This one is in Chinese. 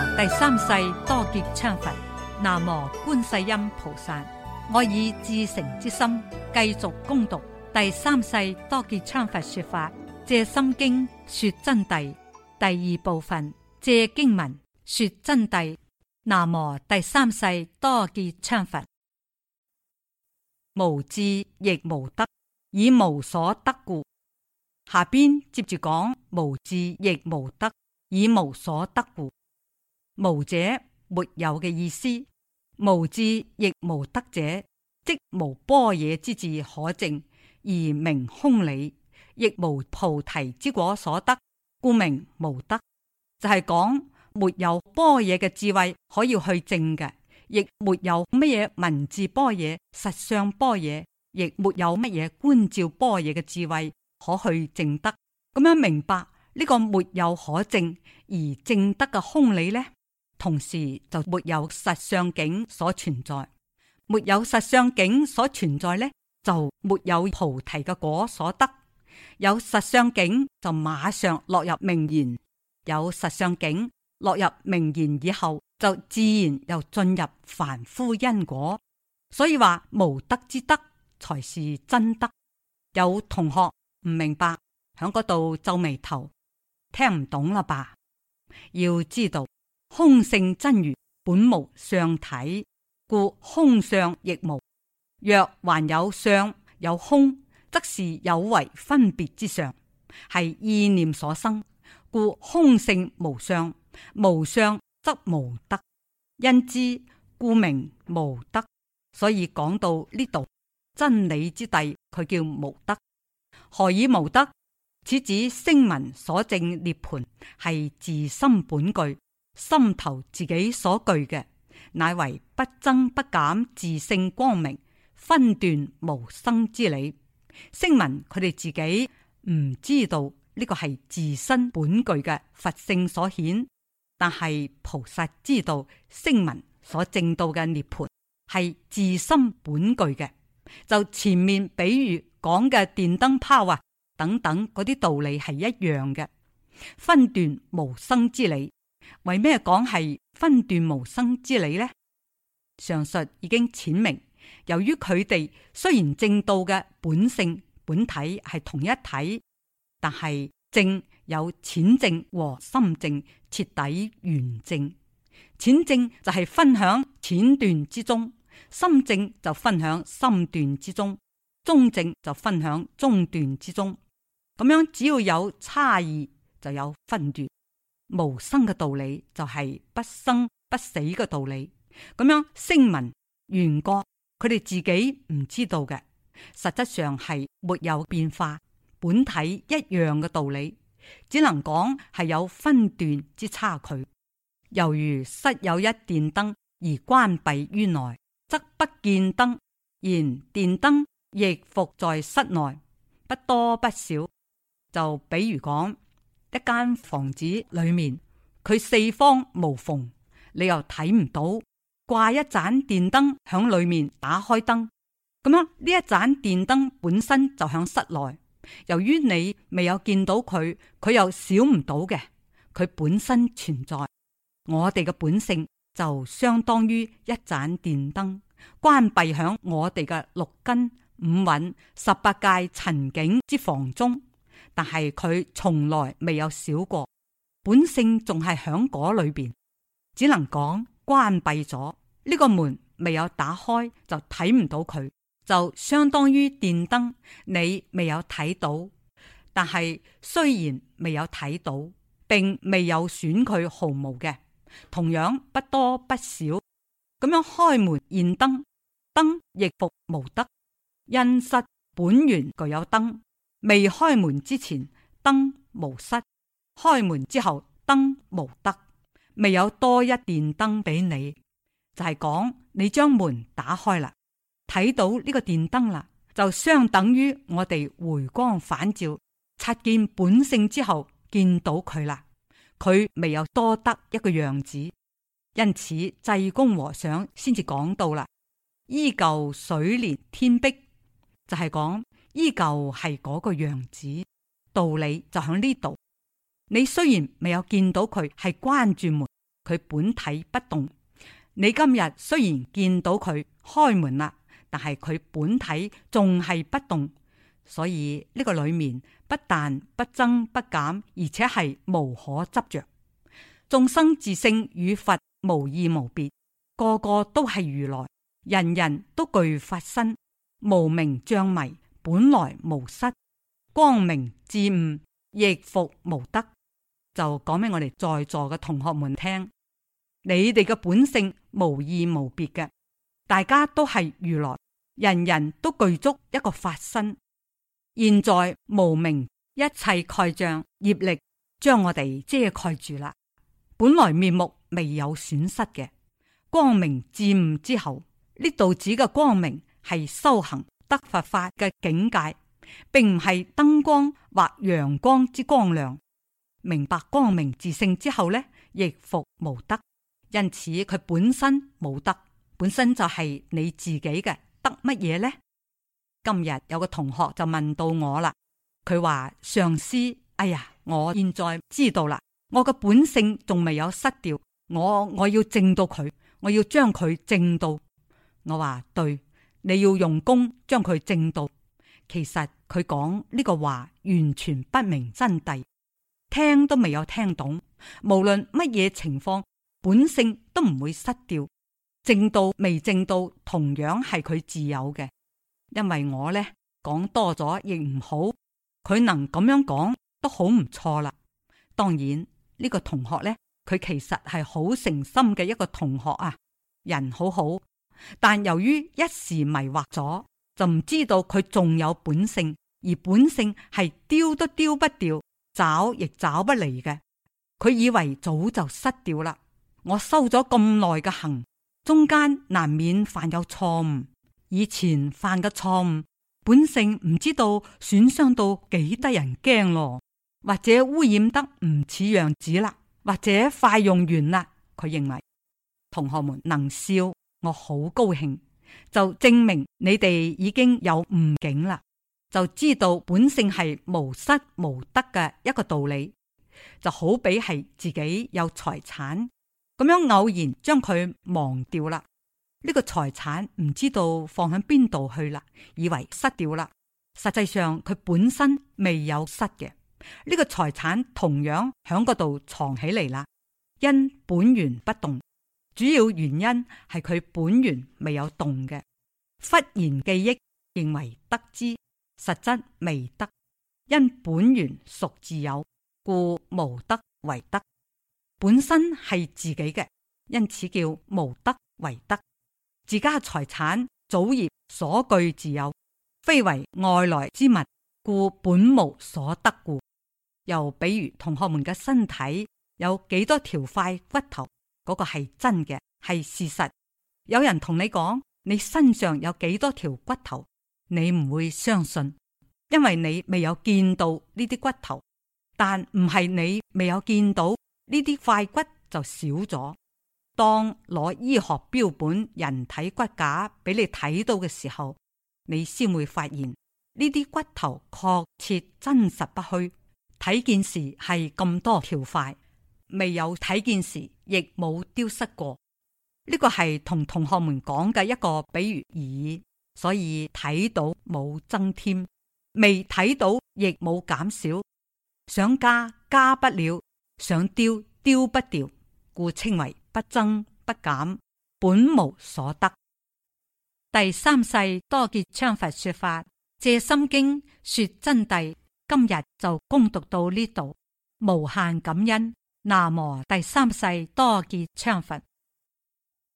第三世多杰羌佛，南無觀世音菩薩。我以至誠之心繼續攻讀第三世多杰羌佛說法，借心經說真諦第二部分，借經文說真諦。南無第三世多杰羌佛。無智亦無得，以無所得故。下邊接住講無智亦無得，以無所得故。無者沒有嘅意思，無智亦無得者，即無般若之智可證而名空理，亦無菩提之果所得，故名無得。就係講沒有般若嘅智慧可以去證嘅，亦沒有乜嘢文字般若、實相般若，亦沒有乜嘢觀照般若嘅智慧可去證得。咁樣明白呢個沒有可證而證得嘅空理呢，同時就沒有實相境所存在。沒有實相境所存在呢，就沒有菩提嘅果所得。有實相境就馬上落入名言，有實相境落入名言以後，就自然又進入凡夫因果。所以話無得之得才是真得。有同學唔明白，響嗰度皺眉頭，聽唔懂啦吧？要知道空性真如本無相體，故空相亦無。若還有相有空，則是有為分別之相，係意念所生，故空性無相，無相則無得，因之故名無得。所以講到呢度真理之諦，佢叫無得。何以無得？此指聲聞所證涅槃係自心本具，心頭自己所具嘅，乃為不增不減自性光明，分段無生之理。聲聞佢哋自己唔知道呢個係自身本具嘅佛性所顯，但係菩薩知道聲聞所證到嘅涅槃係自心本具嘅。就前面比如講嘅電燈泡啊等等嗰啲道理係一樣嘅，分段無生之理。為咩講係分段無生之理呢？上述已經闡明，由於佢哋雖然證到嘅本性本體係同一體，但係證有淺證和深證，徹底圓證。淺證就係分享淺段之中，深證就分享深段之中，中證就分享中段之中。咁樣只要有差異就有分段。無生嘅道理就係不生不死嘅道理。咁樣聲聞緣覺佢哋自己唔知道嘅，實質上係沒有變化，本體一樣嘅道理，只能講係有分段之差距。猶如室有一電燈而關閉於內，則不見燈，然電燈亦伏在室內，不多不少。就比如講一間房子裏面，佢四方無縫，你又睇唔到，掛一盞電燈響裏面打開燈，咁樣呢一盞電燈本身就響室內，由於你未有見到佢，佢又少唔到嘅，佢本身存在。我哋嘅本性就相當於一盞電燈，關閉響我哋嘅六根五蘊18界塵境之房中。但係佢從來未有少過，本性仲係響嗰裏邊，只能講關閉咗呢個門，未有打開就睇唔到佢，就相當於電燈你未有睇到。但係雖然未有睇到，並未有損佢毫無嘅，同樣不多不少。咁樣開門現燈，燈亦復無得，因室本原具有燈。未開門之前，燈無失；開門之後，燈無得。未有多一電燈俾你，就係講你將門打開啦，睇到呢個電燈啦，就相等於我哋回光返照，察見本性之後見到佢啦。佢未有多得一個樣子，因此濟公和尚先至講到啦，依舊水連天碧，就係講。依舊係嗰個樣子，道理就喺呢度。你雖然未有見到佢係關住門， 佢本體不動。你今日雖然見到佢開門啦，但係佢本體仲係不動，所以呢個裏面不但不增不減，而且係無可執着。眾生自性與佛無異無別，個個都係如來，人人都具法身，無明障迷本來無失，光明自悟亦復無得。就講俾我哋在座嘅同學們聽，你哋嘅本性無異無別嘅，大家都係如來，人人都具足一個法身。現在無明一切蓋障業力將我哋遮蓋住啦，本來面目未有損失嘅光明自悟之後，呢度指嘅光明係修行得佛法嘅境界，並唔係燈光或陽光之光亮。明白光明自性之後呢，亦復無得，因此佢本身冇得，本身就係你自己嘅得乜嘢呢？今日有個同學就問到我啦，佢話上師，哎呀，我現在知道啦，我嘅本性仲未有失掉，我要證到佢，我要將佢證到。我話對，你要用功將佢證到。其實佢講呢個話完全不明真諦，聽都未有聽懂。無論乜嘢情況，本性都唔會失掉，證到未證到同樣係佢自有嘅。因為我呢講多咗亦唔好，佢能咁樣講都好唔錯啦。當然呢個同學呢，佢其實係好誠心嘅一個同學啊，人好好，但由於一時迷惑咗，就唔知道佢仲有本性，而本性係丟都丟不掉，找亦找不嚟嘅。佢以為早就失掉啦。我修咗咁耐嘅行，中間難免犯有錯誤，以前犯嘅錯誤，本性唔知道損傷到幾得人驚咯，或者污染得唔似樣子啦，或者快用完啦。佢認為同學們能笑，我好高興，就證明你哋已經有悟境啦，就知道本性係無失無得嘅一個道理。就好比係自己有財產咁樣，偶然將佢忘掉啦，呢個財產唔知道放喺邊度去啦，以為失掉啦，實際上佢本身未有失嘅，呢個財產同樣響嗰度藏起嚟啦。因本源不動，主要原因係佢本源未有動嘅。忽然記憶認為得之，實質未得，因本源屬自有，故無得為得。本身係自己嘅，因此叫無得為得。自家財產祖業所具自有，非為外來之物，故本無所得故。又比如同學們嘅身體有幾多條塊骨頭，嗰個係真嘅，係事實。有人同你講你身上有幾多條骨頭，你唔會相信，因為你未有見到呢啲骨頭。但唔係你未有見到呢啲塊骨就少咗。當攞醫學標本人體骨架俾你睇到嘅時候，你先會發現呢啲骨頭確切真實不虛。睇見時係咁多條塊，未有睇見時亦冇丟失過。呢個係同同學們講嘅一個比喻而已。所以睇到冇增添，未睇到亦冇減少。想加加不了，想丟丟不掉，故稱為不增不減，本無所得。第三世多杰羌佛說法《藉心經》說真諦，今日就恭讀到呢度，無限感恩。南無第三世多杰羌佛。